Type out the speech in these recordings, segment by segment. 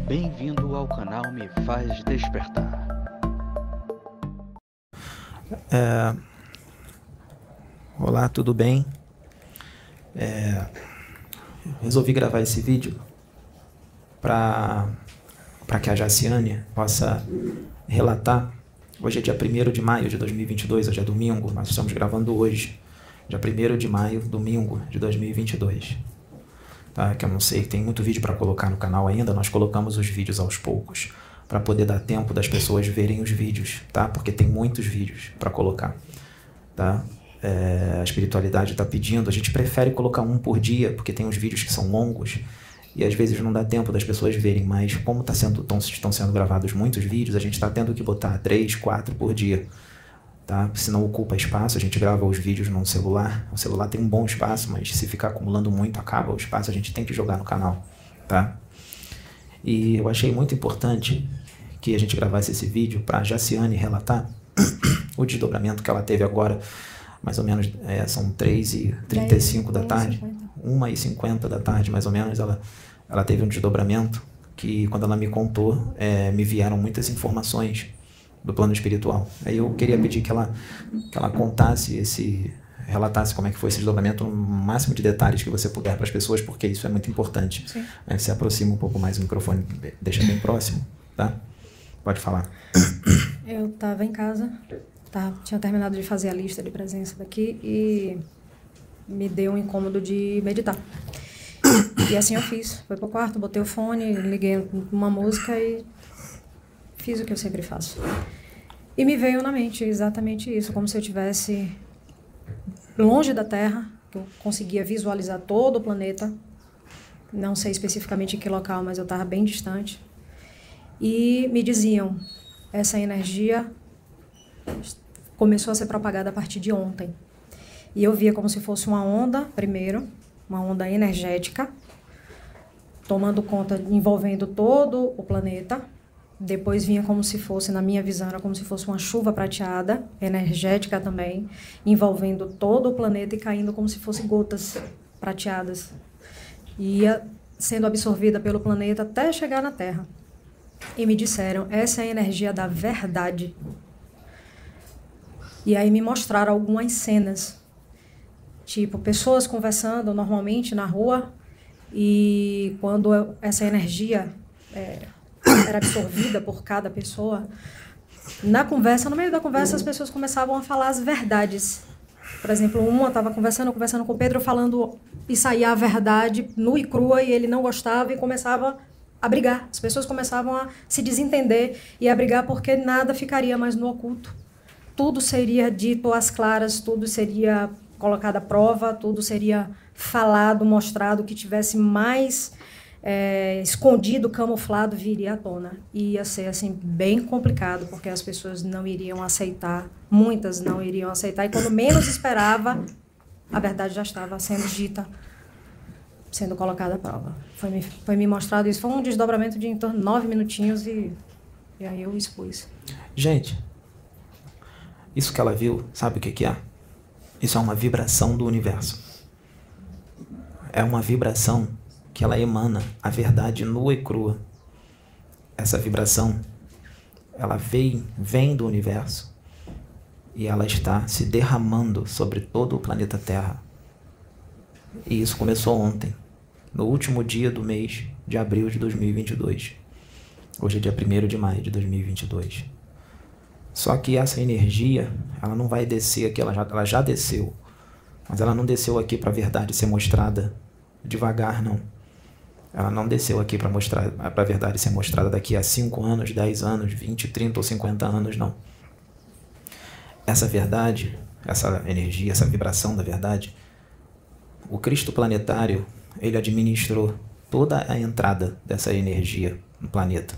Bem-vindo ao canal Me Faz Despertar. Olá, tudo bem? Resolvi gravar esse vídeo para que a Jaciane possa relatar. Hoje é dia 1º de maio de 2022, hoje é domingo, nós estamos gravando hoje, dia 1º de maio, domingo de 2022. Tá? Que eu não sei, tem muito vídeo para colocar no canal ainda, nós colocamos os vídeos aos poucos, para poder dar tempo das pessoas verem os vídeos, tá? Porque tem muitos vídeos para colocar, tá? A espiritualidade está pedindo, a gente prefere colocar um por dia, porque tem uns vídeos que são longos, e às vezes não dá tempo das pessoas verem, mas como estão sendo gravados muitos vídeos, a gente está tendo que botar 3, 4 por dia, tá? Senão ocupa espaço, a gente grava os vídeos num celular, o celular tem um bom espaço, mas se ficar acumulando muito, acaba o espaço, a gente tem que jogar no canal, tá? E eu achei muito importante que a gente gravasse esse vídeo para a Jaciane relatar o desdobramento que ela teve agora, mais ou menos, são 3h35 da tarde, 1h50 da tarde, mais ou menos, ela teve um desdobramento que, quando ela me contou, me vieram muitas informações do plano espiritual. Aí eu queria pedir que ela contasse relatasse como é que foi esse desdobramento no máximo de detalhes que você puder para as pessoas, porque isso é muito importante. Sim. Aí você aproxima um pouco mais o microfone, deixa bem próximo, tá? Pode falar. Eu estava em casa, tinha terminado de fazer a lista de presença daqui e me deu um incômodo de meditar. E assim eu fiz. Fui pro quarto, botei o fone, liguei uma música e fiz o que eu sempre faço. E me veio na mente exatamente isso, como se eu estivesse longe da Terra, que eu conseguia visualizar todo o planeta. Não sei especificamente em que local, mas eu estava bem distante. E me diziam, essa energia começou a ser propagada a partir de ontem. E eu via como se fosse uma onda, primeiro, uma onda energética, tomando conta, envolvendo todo o planeta. Depois vinha como se fosse, na minha visão, era como se fosse uma chuva prateada, energética também, envolvendo todo o planeta e caindo como se fossem gotas prateadas. E ia sendo absorvida pelo planeta até chegar na Terra. E me disseram, essa é a energia da verdade. E aí me mostraram algumas cenas, tipo, pessoas conversando normalmente na rua, e quando essa energia era absorvida por cada pessoa, no meio da conversa, as pessoas começavam a falar as verdades. Por exemplo, uma estava conversando com o Pedro, falando e saía a verdade nua e crua, e ele não gostava e começava a brigar. As pessoas começavam a se desentender e a brigar porque nada ficaria mais no oculto. Tudo seria dito às claras, tudo seria colocado à prova, tudo seria falado, mostrado, que tivesse mais escondido, camuflado, viria à tona. E ia ser assim, bem complicado, porque as pessoas não iriam aceitar, muitas não iriam aceitar, e quando menos esperava, a verdade já estava sendo dita, sendo colocada à prova. Foi me mostrado isso, foi um desdobramento de em torno de 9 minutinhos e aí eu expus. Gente, isso que ela viu, sabe o que é? Isso é uma vibração do universo. É uma vibração que ela emana a verdade nua e crua. Essa vibração, ela vem do universo e ela está se derramando sobre todo o planeta Terra. E isso começou ontem, no último dia do mês de abril de 2022. Hoje é dia 1º de maio de 2022. Só que essa energia, ela não vai descer aqui, ela já desceu. Mas ela não desceu aqui para a verdade ser mostrada devagar, não. Ela não desceu aqui para a verdade ser mostrada daqui a 5 anos, 10 anos, 20, 30 ou 50 anos, não. Essa verdade, essa energia, essa vibração da verdade, o Cristo planetário, ele administrou toda a entrada dessa energia no planeta.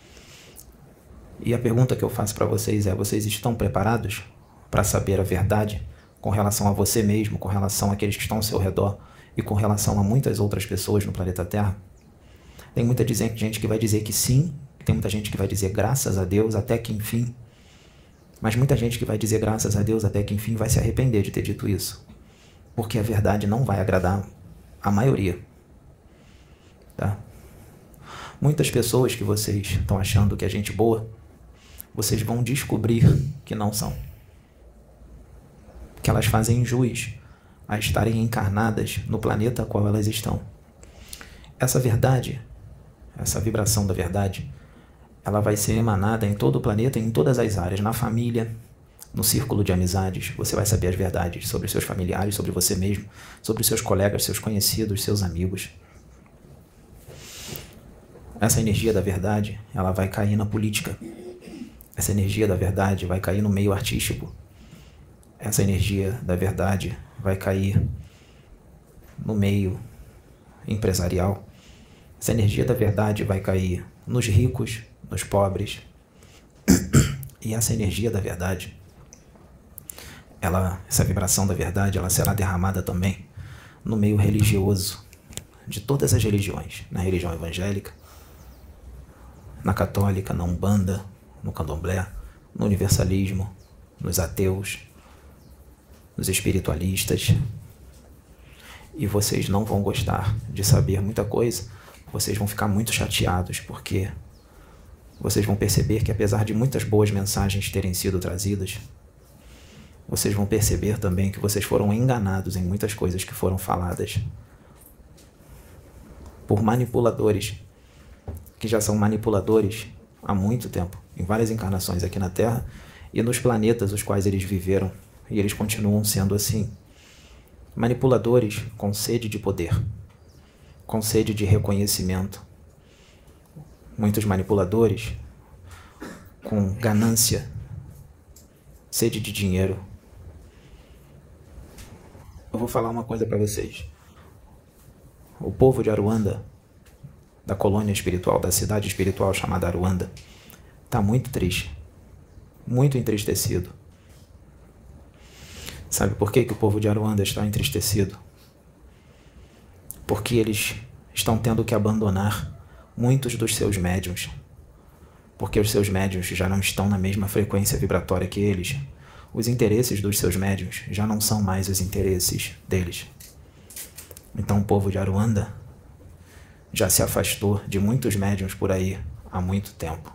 E a pergunta que eu faço para vocês é, vocês estão preparados para saber a verdade com relação a você mesmo, com relação àqueles que estão ao seu redor e com relação a muitas outras pessoas no planeta Terra? Tem muita gente que vai dizer que sim, tem muita gente que vai dizer graças a Deus até que enfim, mas muita gente que vai dizer graças a Deus até que enfim vai se arrepender de ter dito isso, porque a verdade não vai agradar a maioria, tá? Muitas pessoas que vocês estão achando que é gente boa, vocês vão descobrir que não são. Que elas fazem jus a estarem encarnadas no planeta a qual elas estão. Essa verdade, essa vibração da verdade, ela vai ser emanada em todo o planeta, em todas as áreas, na família, no círculo de amizades. Você vai saber as verdades sobre seus familiares, sobre você mesmo, sobre seus colegas, seus conhecidos, seus amigos. Essa energia da verdade, ela vai cair na política. Essa energia da verdade vai cair no meio artístico. Essa energia da verdade vai cair no meio empresarial. Essa energia da verdade vai cair nos ricos, nos pobres. E essa energia da verdade, essa vibração da verdade, ela será derramada também no meio religioso de todas as religiões. Na religião evangélica, na católica, na umbanda, no candomblé, no universalismo, nos ateus, nos espiritualistas. E vocês não vão gostar de saber muita coisa, vocês vão ficar muito chateados, porque vocês vão perceber que, apesar de muitas boas mensagens terem sido trazidas, vocês vão perceber também que vocês foram enganados em muitas coisas que foram faladas por manipuladores, que já são manipuladores há muito tempo, em várias encarnações aqui na Terra e nos planetas os quais eles viveram, e eles continuam sendo assim. Manipuladores com sede de poder, com sede de reconhecimento. Muitos manipuladores com ganância, sede de dinheiro. Eu vou falar uma coisa para vocês. O povo de Aruanda, da colônia espiritual, da cidade espiritual chamada Aruanda, está muito triste, muito entristecido. Sabe por que o povo de Aruanda está entristecido? Porque eles estão tendo que abandonar muitos dos seus médiuns. Porque os seus médiuns já não estão na mesma frequência vibratória que eles. Os interesses dos seus médiuns já não são mais os interesses deles. Então o povo de Aruanda já se afastou de muitos médiuns por aí há muito tempo.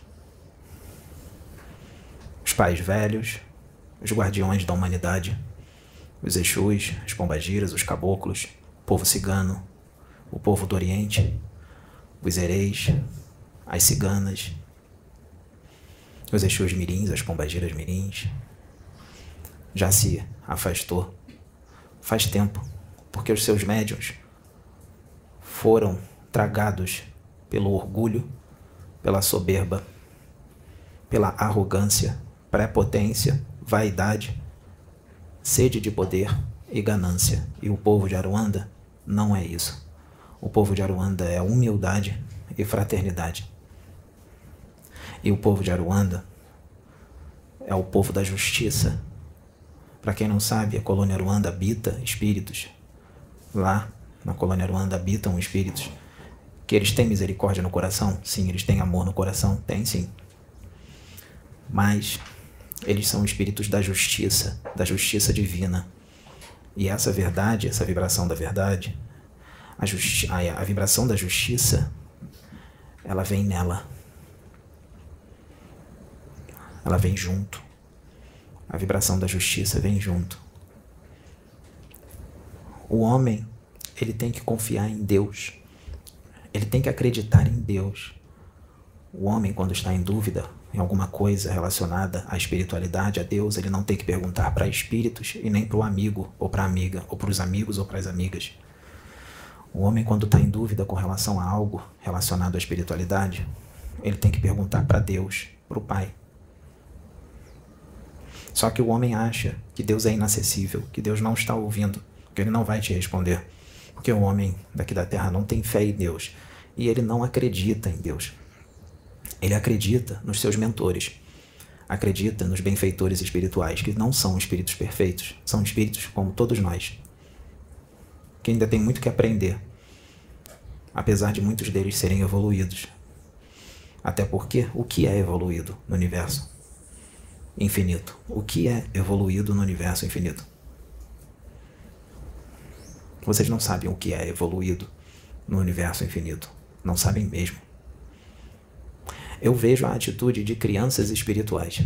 Os pais velhos, os guardiões da humanidade, os Exus, as pombagiras, os caboclos, o povo cigano, o povo do Oriente, os Ereis, as ciganas, os Exus mirins, as pombagiras mirins, já se afastou faz tempo, porque os seus médiuns foram tragados pelo orgulho, pela soberba, pela arrogância, prepotência, vaidade, sede de poder e ganância. E o povo de Aruanda não é isso. O povo de Aruanda é humildade e fraternidade. E o povo de Aruanda é o povo da justiça. Para quem não sabe, a colônia Aruanda habita espíritos. Lá, na colônia Aruanda, habitam espíritos que eles têm misericórdia no coração. Sim, eles têm amor no coração. Tem sim. Mas eles são espíritos da justiça divina. E essa verdade, essa vibração da verdade, a vibração da justiça, ela vem nela. Ela vem junto. A vibração da justiça vem junto. O homem, ele tem que confiar em Deus. Ele tem que acreditar em Deus. O homem, quando está em dúvida em alguma coisa relacionada à espiritualidade, a Deus, ele não tem que perguntar para espíritos e nem para o amigo ou para a amiga, ou para os amigos ou para as amigas. O homem, quando está em dúvida com relação a algo relacionado à espiritualidade, ele tem que perguntar para Deus, para o Pai. Só que o homem acha que Deus é inacessível, que Deus não está ouvindo, que ele não vai te responder. Porque o homem daqui da Terra não tem fé em Deus e ele não acredita em Deus. Ele acredita nos seus mentores, acredita nos benfeitores espirituais, que não são espíritos perfeitos, são espíritos como todos nós, que ainda tem muito que aprender, apesar de muitos deles serem evoluídos. Até porque, o que é evoluído no universo infinito? O que é evoluído no universo infinito? Vocês não sabem o que é evoluído no universo infinito. Não sabem mesmo. Eu vejo a atitude de crianças espirituais,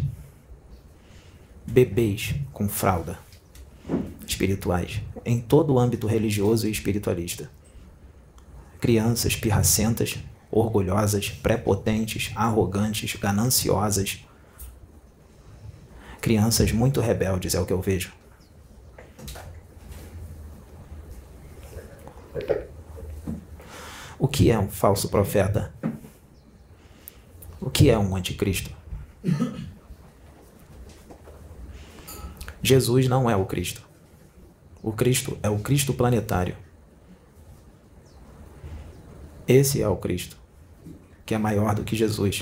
bebês com fralda espirituais, em todo o âmbito religioso e espiritualista. Crianças pirracentas, orgulhosas, prepotentes, arrogantes, gananciosas. Crianças muito rebeldes, é o que eu vejo. O que é um falso profeta? O que é um anticristo? Jesus não é o Cristo. O Cristo é o Cristo planetário. Esse é o Cristo, que é maior do que Jesus.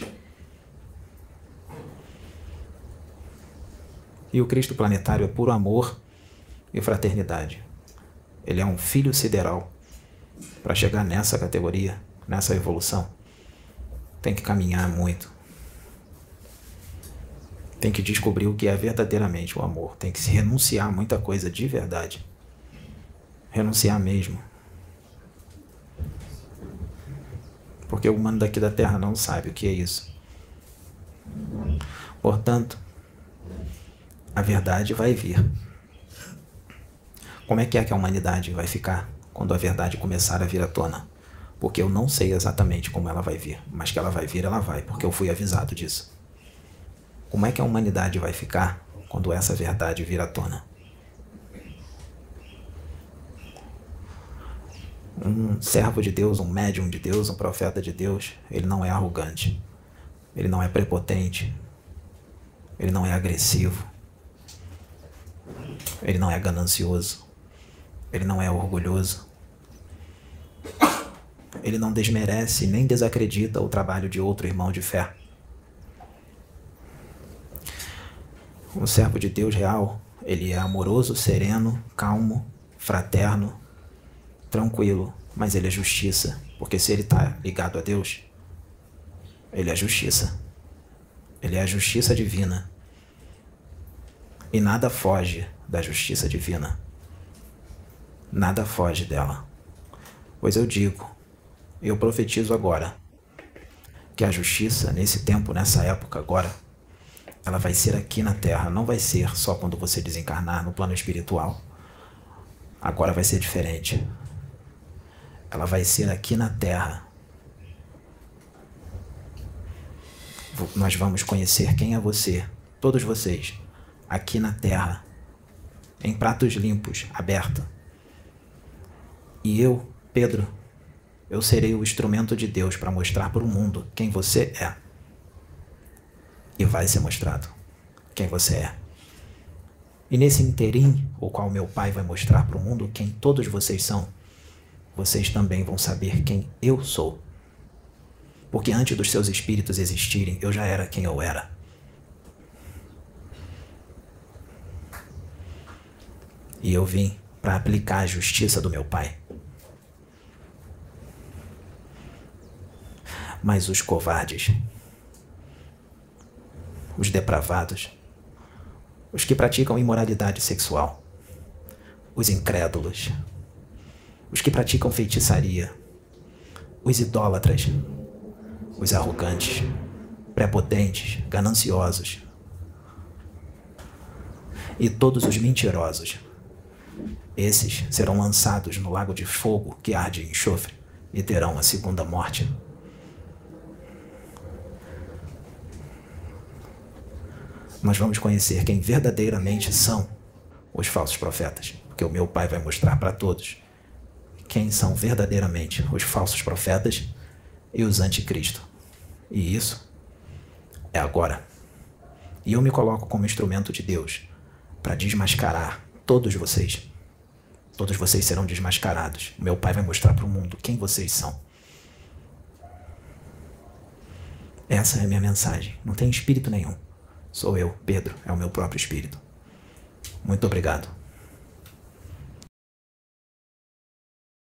E o Cristo planetário é puro amor e fraternidade. Ele é um filho sideral. Para chegar nessa categoria, nessa evolução, tem que caminhar muito. Tem que descobrir o que é verdadeiramente o amor. Tem que se renunciar a muita coisa de verdade. Renunciar mesmo. Porque o humano daqui da Terra não sabe o que é isso. Portanto, a verdade vai vir. Como é que a humanidade vai ficar quando a verdade começar a vir à tona? Porque eu não sei exatamente como ela vai vir, mas que ela vai vir, ela vai, porque eu fui avisado disso. Como é que a humanidade vai ficar quando essa verdade vir à tona? Um servo de Deus, um médium de Deus, um profeta de Deus, ele não é arrogante, ele não é prepotente, ele não é agressivo, ele não é ganancioso, ele não é orgulhoso, ele não desmerece nem desacredita o trabalho de outro irmão de fé. Um servo de Deus real, ele é amoroso, sereno, calmo, fraterno, tranquilo, mas ele é justiça, porque se ele está ligado a Deus, ele é justiça. Ele é a justiça divina. E nada foge da justiça divina. Nada foge dela. Pois eu digo, eu profetizo agora, que a justiça, nesse tempo, nessa época agora, ela vai ser aqui na Terra, não vai ser só quando você desencarnar no plano espiritual. Agora vai ser diferente. Ela vai ser aqui na Terra. Nós vamos conhecer quem é você, todos vocês, aqui na Terra, em pratos limpos, abertos. E eu, Pedro, eu serei o instrumento de Deus para mostrar para o mundo quem você é. E vai ser mostrado quem você é. E nesse interim, o qual meu Pai vai mostrar para o mundo quem todos vocês são, vocês também vão saber quem eu sou. Porque antes dos seus espíritos existirem, eu já era quem eu era. E eu vim para aplicar a justiça do meu Pai. Mas os covardes, os depravados, os que praticam imoralidade sexual, os incrédulos, os que praticam feitiçaria, os idólatras, os arrogantes, prepotentes, gananciosos e todos os mentirosos, esses serão lançados no lago de fogo que arde em enxofre e terão a segunda morte. Nós vamos conhecer quem verdadeiramente são os falsos profetas, porque o meu Pai vai mostrar para todos quem são verdadeiramente os falsos profetas e os anticristo. E isso é agora. E eu me coloco como instrumento de Deus para desmascarar todos vocês. Todos vocês serão desmascarados. O meu Pai vai mostrar para o mundo quem vocês são. Essa é a minha mensagem. Não tem espírito nenhum. Sou eu, Pedro, é o meu próprio espírito. Muito obrigado.